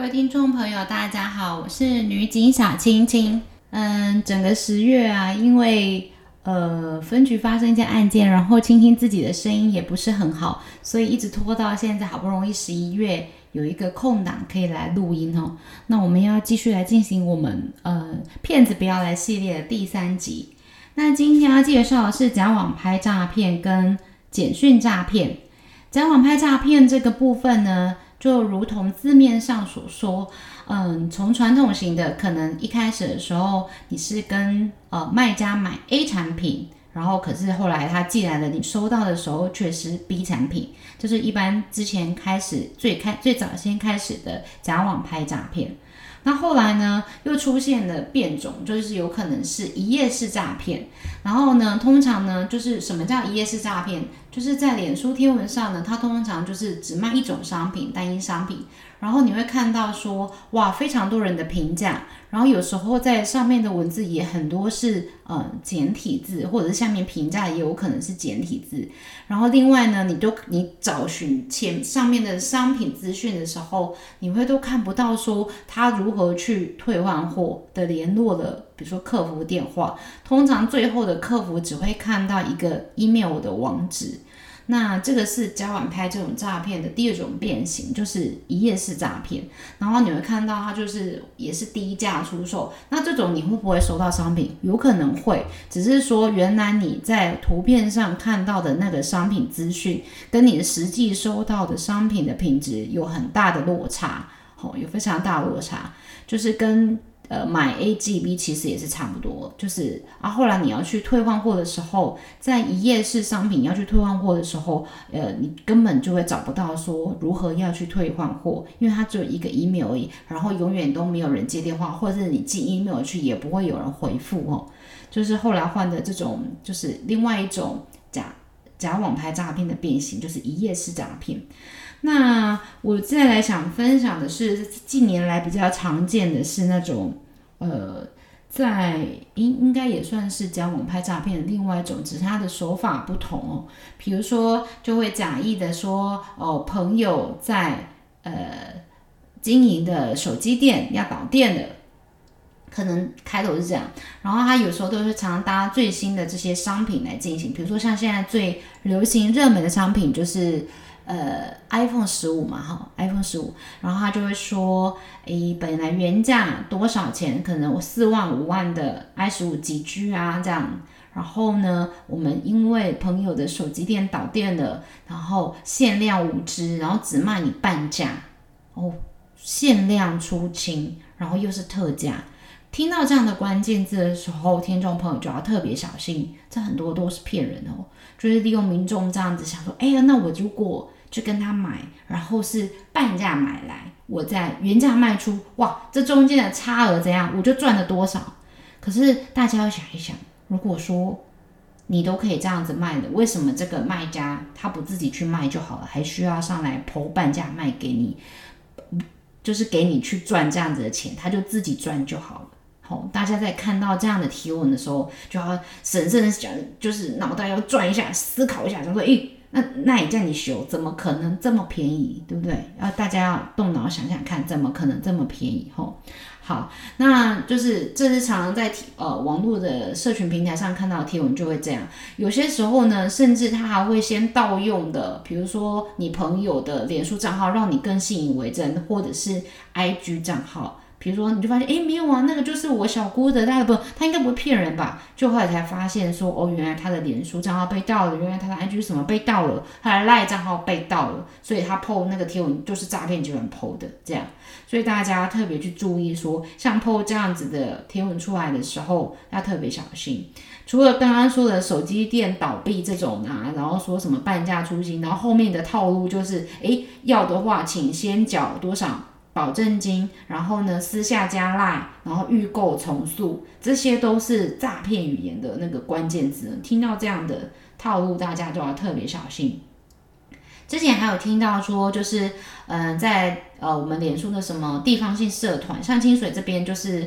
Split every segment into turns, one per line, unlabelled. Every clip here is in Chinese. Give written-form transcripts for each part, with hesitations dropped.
位听众朋友大家好，我是女警小青青。整个10月啊，因为分局发生一件案件，然后青青自己的声音也不是很好，所以一直拖到现在，好不容易11月有一个空档可以来录音哦。那我们要继续来进行我们骗子不要来系列的第3集。那今天要介绍的是假网拍诈骗跟简讯诈骗。假网拍诈骗这个部分呢，就如同字面上所说，从传统型的，可能一开始的时候你是跟卖家买 A 产品，然后可是后来他寄来了，你收到的时候却是 B 产品，这是一般之前开始最早先开始的假网拍诈骗。那后来呢，又出现了变种，就是有可能是一页式诈骗。然后呢，通常呢，就是什么叫一页式诈骗？就是在脸书贴文上呢，它通常就是只卖一种商品，单一商品。然后你会看到说，哇，非常多人的评价，然后有时候在上面的文字也很多是简体字，或者是下面评价也有可能是简体字。然后另外呢，你找寻上面的商品资讯的时候，你会都看不到说他如何去退换货的联络的，比如说客服电话，通常最后的客服只会看到一个 email 的网址。那这个是假网拍这种诈骗的第2种变形，就是一页式诈骗。然后你会看到它就是也是低价出售。那这种你会不会收到商品？有可能会，只是说原来你在图片上看到的那个商品资讯，跟你实际收到的商品的品质有很大的落差，有非常大的落差，就是跟买 A 寄 B 其实也是差不多，就是后来你要去退换货的时候，在一页式商品要去退换货的时候，你根本就会找不到说如何要去退换货，因为它只有一个 email 而已，然后永远都没有人接电话，或者是你寄 email 去也不会有人回复哦。就是后来换的这种，就是另外一种假网拍诈骗的变形，就是一页式诈骗。那我再来想分享的是，近年来比较常见的是那种在应该也算是假网拍诈骗的另外一种，只是它的手法不同哦。比如说，就会假意的说，朋友在经营的手机店要倒店了，可能开头是这样，然后他有时候都是常搭最新的这些商品来进行，比如说像现在最流行热门的商品就是iPhone 15嘛，iPhone 15，然后他就会说，本来原价多少钱，可能4万5万的 i15 几 G 啊这样，然后呢，我们因为朋友的手机店倒店了，然后限量5只，然后只卖你半价，限量出清，然后又是特价。听到这样的关键字的时候，听众朋友就要特别小心，这很多都是骗人哦，就是利用民众这样子想说，那我如果去跟他买，然后是半价买来，我在原价卖出，哇，这中间的差额怎样，我就赚了多少。可是大家要想一想，如果说你都可以这样子卖的，为什么这个卖家他不自己去卖就好了，还需要上来抛半价卖给你，就是给你去赚这样子的钱，他就自己赚就好了。大家在看到这样的提问的时候，就要审慎的讲，就是脑袋要转一下，思考一下，就说，那也叫你修，怎么可能这么便宜，对不对？大家要动脑想想看，怎么可能这么便宜？好，那就是这是常常在网络的社群平台上看到的贴文就会这样。有些时候呢，甚至他还会先盗用的，比如说你朋友的脸书账号，让你更信以为真，或者是 IG 账号。比如说，你就发现，没有啊，那个就是我小姑的，他应该不会骗人吧？就后来才发现说，原来他的脸书账号被盗了，原来他的 IG 什么被盗了，他的 LINE 账号被盗了，所以他 po 那个贴文就是诈骗集团 po 的，这样。所以大家特别去注意说，像 po 这样子的贴文出来的时候，要特别小心。除了刚刚说的手机店倒闭这种啊，然后说什么半价出清，然后后面的套路就是，要的话请先缴多少保证金，然后呢私下加 LINE， 然后预购重塑，这些都是诈骗语言的那个关键字。听到这样的套路，大家就要特别小心。之前还有听到说，就是在我们脸书的什么地方性社团，像清水这边就是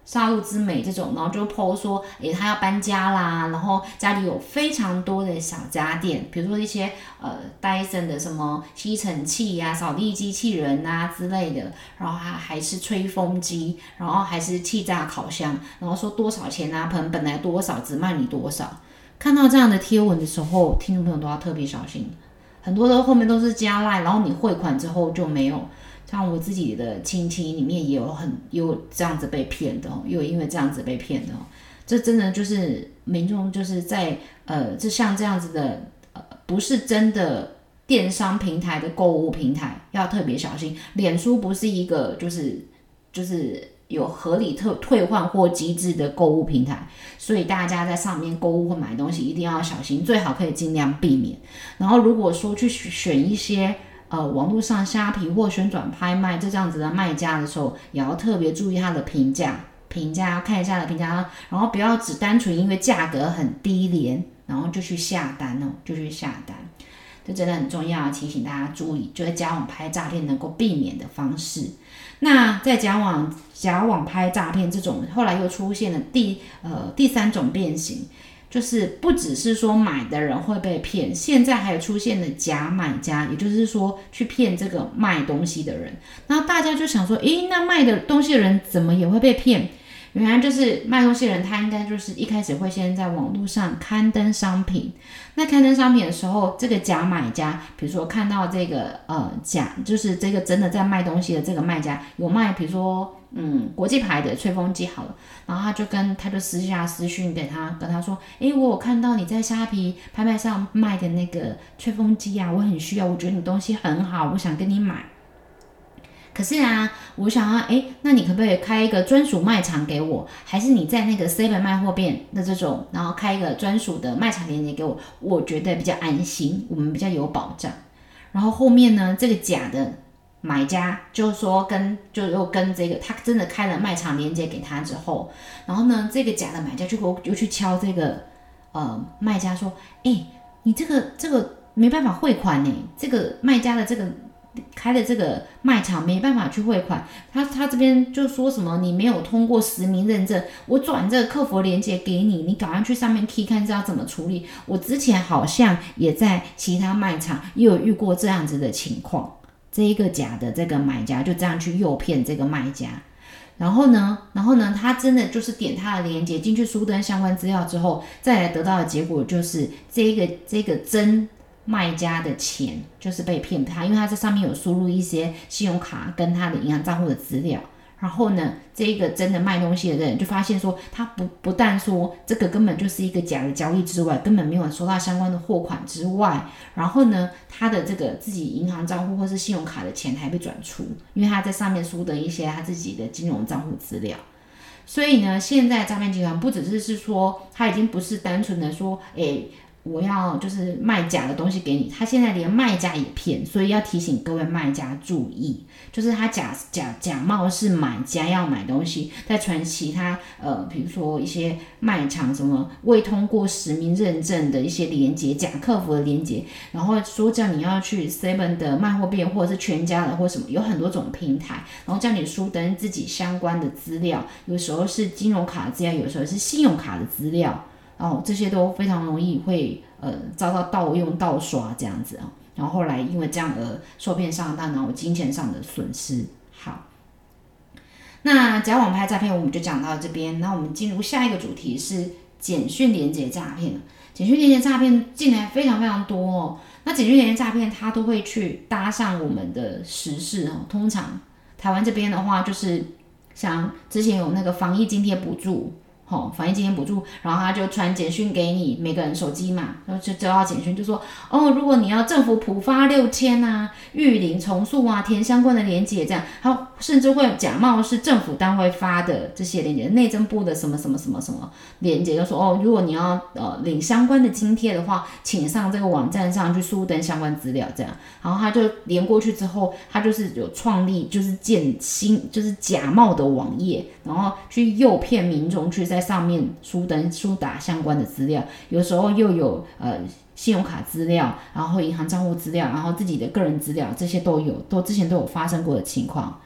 杀戮之美这种，然后就 po 说，他要搬家啦，然后家里有非常多的小家电，比如说一些Dyson 的什么吸尘器呀、扫地机器人啊之类的，然后还是吹风机，然后还是气炸烤箱，然后说多少钱啊，本来多少，只卖你多少。看到这样的贴文的时候，听众朋友都要特别小心，很多的后面都是加赖，然后你汇款之后就没有。像我自己的亲戚里面也有这样子被骗的也有因为这样子被骗的这真的就是民众就是在就像这样子的不是真的电商平台的购物平台要特别小心。脸书不是一个就是有合理退换货机制的购物平台，所以大家在上面购物或买东西一定要小心，最好可以尽量避免。然后如果说去选一些网络上虾皮或旋转拍卖这样子的卖家的时候，也要特别注意他的评价要看一下他的评价，然后不要只单纯因为价格很低廉，然后就去下单这真的很重要，提醒大家注意，就是假网拍诈骗能够避免的方式。那在假网拍诈骗这种，后来又出现了第三种变形。就是不只是说买的人会被骗，现在还有出现了假买家，也就是说去骗这个卖东西的人。然后大家就想说，那卖的东西的人怎么也会被骗？原来就是卖东西的人，他应该就是一开始会先在网络上刊登商品。那刊登商品的时候，这个假买家，比如说看到这个就是这个真的在卖东西的这个卖家有卖，比如说国际牌的吹风机好了，然后他就私下私讯给他，跟他说，我有看到你在虾皮拍卖上卖的那个吹风机啊，我很需要，我觉得你东西很好，我想跟你买。可是啊，我想要，那你可不可以开一个专属卖场给我？还是你在那个 7 卖货店的这种，然后开一个专属的卖场链接给我？我觉得比较安心，我们比较有保障。然后后面呢，这个假的买家就说又跟这个他真的开了卖场链接给他之后，然后呢，这个假的买家就去敲这个卖家说，你这个没办法汇款呢，这个卖家的这个开的这个卖场没办法去汇款，他这边就说什么你没有通过实名认证，我转这个客服链接给你，你赶快去上面 key 看是要怎么处理。我之前好像也在其他卖场也有遇过这样子的情况，这一个假的这个买家就这样去诱骗这个卖家，然后呢，他真的就是点他的链接进去输登相关资料之后，再来得到的结果就是这个真卖家的钱就是被骗他，因为他在上面有输入一些信用卡跟他的银行账户的资料。然后呢，这个真的卖东西的人就发现说，他不但说这个根本就是一个假的交易之外，根本没有收到相关的货款之外，然后呢，他的这个自己银行账户或是信用卡的钱还被转出，因为他在上面输的一些他自己的金融账户资料。所以呢，现在诈骗集团不只是说他已经不是单纯的说，我要就是卖假的东西给你，他现在连卖家也骗，所以要提醒各位卖家注意，就是他假冒是买家要买东西，再传其他比如说一些卖场什么未通过实名认证的一些连结，假客服的连结，然后说叫你要去 7 的卖货店或者是全家的或什么，有很多种平台，然后叫你输登自己相关的资料，有时候是金融卡的资料，有时候是信用卡的资料。这些都非常容易会遭到盗用盗刷这样子然后后来因为这样而受骗上当，然后金钱上的损失。好，那假网拍诈骗我们就讲到这边，那我们进入下一个主题是简讯连结诈骗。简讯连结诈骗进来非常非常多那简讯连结诈骗它都会去搭上我们的时事通常台湾这边的话，就是像之前有那个防疫津贴补助。防疫津贴补助，然后他就传简讯给你，每个人手机嘛，然后就接到简讯就说，如果你要政府普发6000啊，预领重塑啊，填相关的连结这样，还甚至会假冒是政府单位发的这些连结，内政部的什么什么什么什么连结，就说如果你要领相关的津贴的话，请上这个网站上去输登相关资料这样，然后他就连过去之后，他就是有创立就是就是假冒的网页，然后去诱骗民众去在上面输打相关的资料，有时候又有信用卡资料，然后银行账户资料，然后自己的个人资料，这些都之前都有发生过的情况。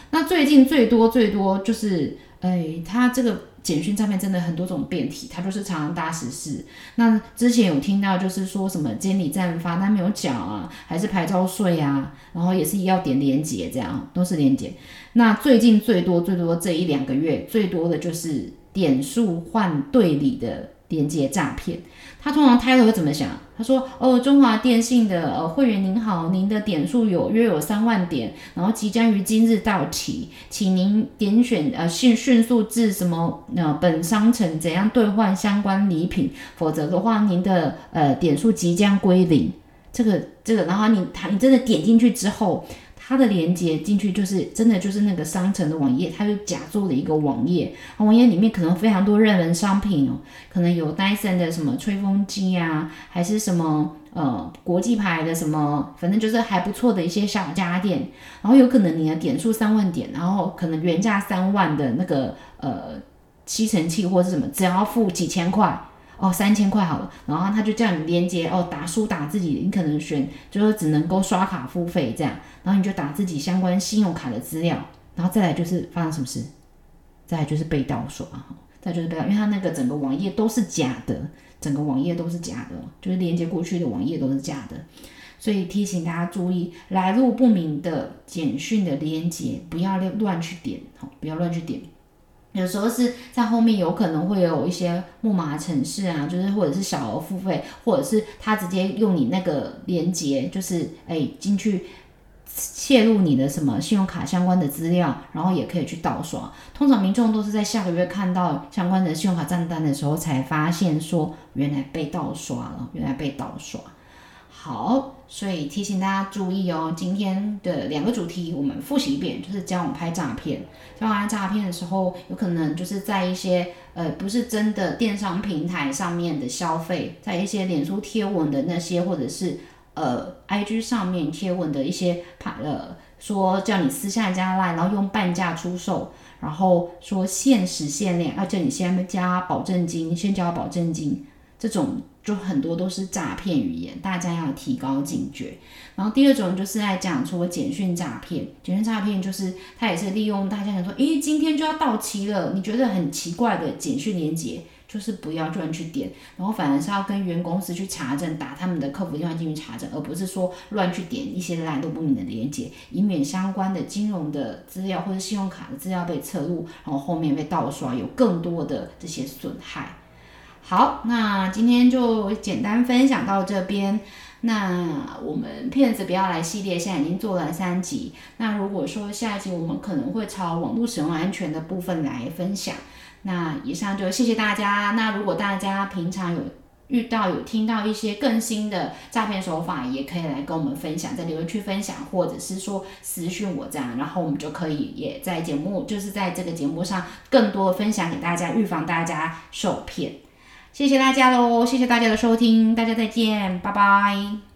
那最近最多就是，他这个简讯诈骗真的很多种变体，他就是常常搭时事。那之前有听到就是说什么监理站罚单没有缴啊，还是牌照税啊，然后也是要点连结，这样都是连结。那最近最多这1-2个月最多的就是点数换兑礼的连结诈骗。他通常开头会怎么想？他说：“中华电信的会员您好，您的点数约有3万点，然后即将于今日到期，请您点选迅速至什么本商城怎样兑换相关礼品，否则的话您的点数即将归零。”这个，然后你真的点进去之后。它的连接进去就是真的就是那个商城的网页，它就假做的一个网页，网页里面可能非常多热门商品哦，可能有 Dyson 的什么吹风机啊，还是什么国际牌的什么，反正就是还不错的一些小家电，然后有可能你的点数3万点，然后可能原价3万的那个吸尘器或是什么，只要付几千块。3000块好了，然后他就叫你连接打自己，你可能选就是只能够刷卡付费这样，然后你就打自己相关信用卡的资料，然后再来就是发生什么事，再来就是被盗刷，再就是被盗，因为他那个整个网页都是假的，就是连接过去的网页都是假的，所以提醒大家注意，来路不明的简讯的连接不要乱去点，不要乱去点。有时候是在后面有可能会有一些木马程式啊，就是或者是小额付费，或者是他直接用你那个连结，就是进去泄露你的什么信用卡相关的资料，然后也可以去盗刷。通常民众都是在下个月看到相关的信用卡账单的时候，才发现说原来被盗刷了，好，所以提醒大家注意哦，今天的2个主题我们复习一遍，就是教网拍诈骗。教网拍诈骗的时候，有可能就是在一些不是真的电商平台上面的消费，在一些脸书贴文的那些，或者是IG 上面贴文的一些说叫你私下加赖，然后用半价出售，然后说限时限量，要叫你先交保证金，这种就很多都是诈骗语言，大家要提高警觉。然后第二种就是在讲说简讯诈骗，就是它也是利用大家想说，今天就要到期了，你觉得很奇怪的简讯连结，就是不要乱去点，然后反而是要跟原公司去查证，打他们的客服电话进去查证，而不是说乱去点一些来路不明的连结，以免相关的金融的资料或者信用卡的资料被侧录，然后后面被盗刷，有更多的这些损害。好，那今天就简单分享到这边。那我们骗子不要来系列现在已经做了3集，那如果说下一集我们可能会朝网络使用安全的部分来分享。那以上就谢谢大家。那如果大家平常有听到一些更新的诈骗手法，也可以来跟我们分享，在留言区分享，或者是说私讯我这样，然后我们就可以也在就是在这个节目上更多的分享给大家，预防大家受骗。谢谢大家喽，谢谢大家的收听，大家再见，拜拜。